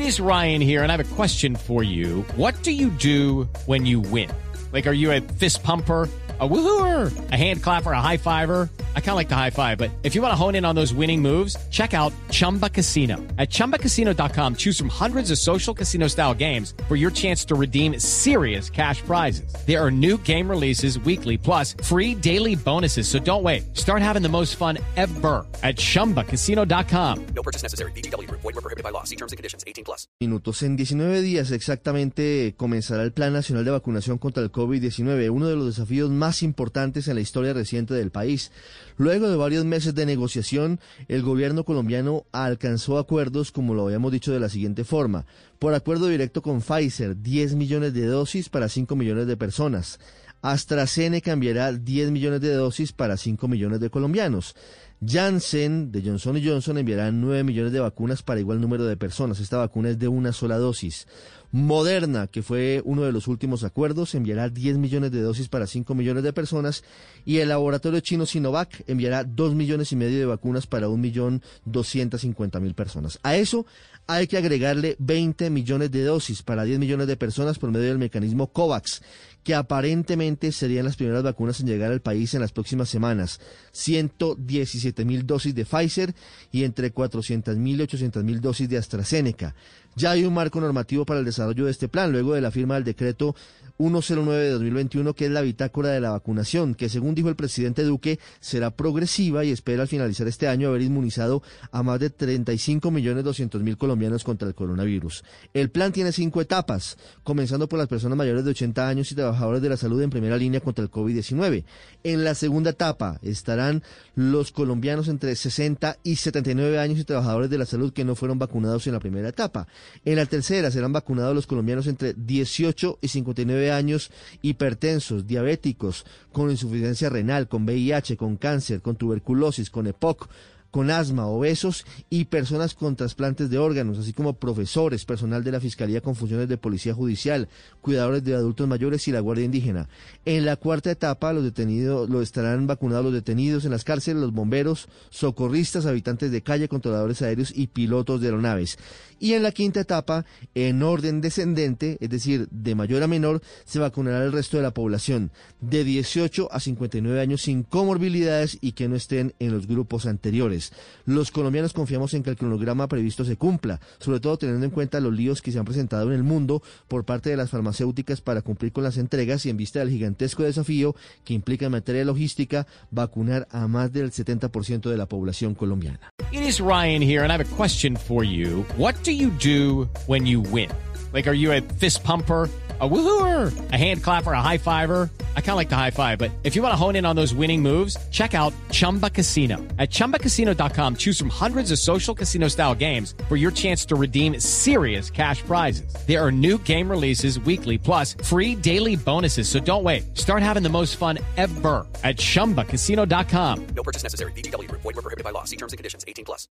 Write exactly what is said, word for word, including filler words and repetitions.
is Ryan here, and I have a question for you. What do you do when you win? Like, are you a fist pumper, a woohooer, a hand clapper, a high fiver? I kind of like the high five, but if you want to hone in on those winning moves, check out Chumba Casino. At chumba casino dot com, choose from hundreds of social casino style games for your chance to redeem serious cash prizes. There are new game releases weekly, plus free daily bonuses. So don't wait. Start having the most fun ever at chumba casino dot com. No purchase necessary. V G W Group. Void where prohibited by law. See terms and conditions. eighteen plus. Minutos. En diecinueve días exactamente comenzará el Plan Nacional de Vacunación contra el COVID diecinueve, uno de los desafíos más importantes en la historia reciente del país. Luego de varios meses de negociación, el gobierno colombiano alcanzó acuerdos, como lo habíamos dicho, de la siguiente forma. Por acuerdo directo con Pfizer, diez millones de dosis para cinco millones de personas. AstraZeneca enviará diez millones de dosis para cinco millones de colombianos. Janssen, de Johnson y Johnson, enviará nueve millones de vacunas para igual número de personas. Esta vacuna es de una sola dosis. Moderna, que fue uno de los últimos acuerdos, enviará diez millones de dosis para cinco millones de personas. Y el laboratorio chino Sinovac enviará dos millones y medio de vacunas para un millón doscientas cincuenta mil personas. A eso hay que agregarle veinte millones de dosis para diez millones de personas por medio del mecanismo COVAX, que aparentemente serían las primeras vacunas en llegar al país en las próximas semanas. ciento diecisiete mil dosis de Pfizer y entre cuatrocientas mil y ochocientas mil dosis de AstraZeneca. Ya hay un marco normativo para el desarrollo de este plan, luego de la firma del decreto ciento nueve de dos mil veintiuno, que es la bitácora de la vacunación, que según dijo el presidente Duque, será progresiva y espera al finalizar este año haber inmunizado a más de treinta y cinco millones doscientos mil colombianos contra el coronavirus. El plan tiene cinco etapas, comenzando por las personas mayores de ochenta años y trabajadores de la salud en primera línea contra el COVID diecinueve. En la segunda etapa estarán los colombianos entre sesenta y setenta y nueve años y trabajadores de la salud que no fueron vacunados en la primera etapa. En la tercera serán vacunados los colombianos entre dieciocho y cincuenta y nueve años, hipertensos, diabéticos, con insuficiencia renal, con V I H, con cáncer, con tuberculosis, con E P O C, con asma, obesos y personas con trasplantes de órganos, así como profesores, personal de la Fiscalía con funciones de Policía Judicial, cuidadores de adultos mayores y la Guardia Indígena. En la cuarta etapa, los detenidos, lo estarán vacunados los detenidos en las cárceles, los bomberos, socorristas, habitantes de calle, controladores aéreos y pilotos de aeronaves. Y en la quinta etapa, en orden descendente, es decir, de mayor a menor, se vacunará el resto de la población, de dieciocho a cincuenta y nueve años sin comorbilidades y que no estén en los grupos anteriores. Los colombianos confiamos en que el cronograma previsto se cumpla, sobre todo teniendo en cuenta los líos que se han presentado en el mundo por parte de las farmacéuticas para cumplir con las entregas y en vista del gigantesco desafío que implica en materia de logística vacunar a más del setenta por ciento de la población colombiana. It is Ryan here, and I have a question for you. What do you do when you win? Like, are you a fist pumper, a woohooer, a hand clapper, a high fiver? I kind of like the high five, but if you want to hone in on those winning moves, check out Chumba Casino. At chumba casino dot com, choose from hundreds of social casino style games for your chance to redeem serious cash prizes. There are new game releases weekly, plus free daily bonuses. So don't wait. Start having the most fun ever at chumba casino dot com. No purchase necessary. V G W Group. Void where prohibited by law. See terms and conditions. eighteen plus.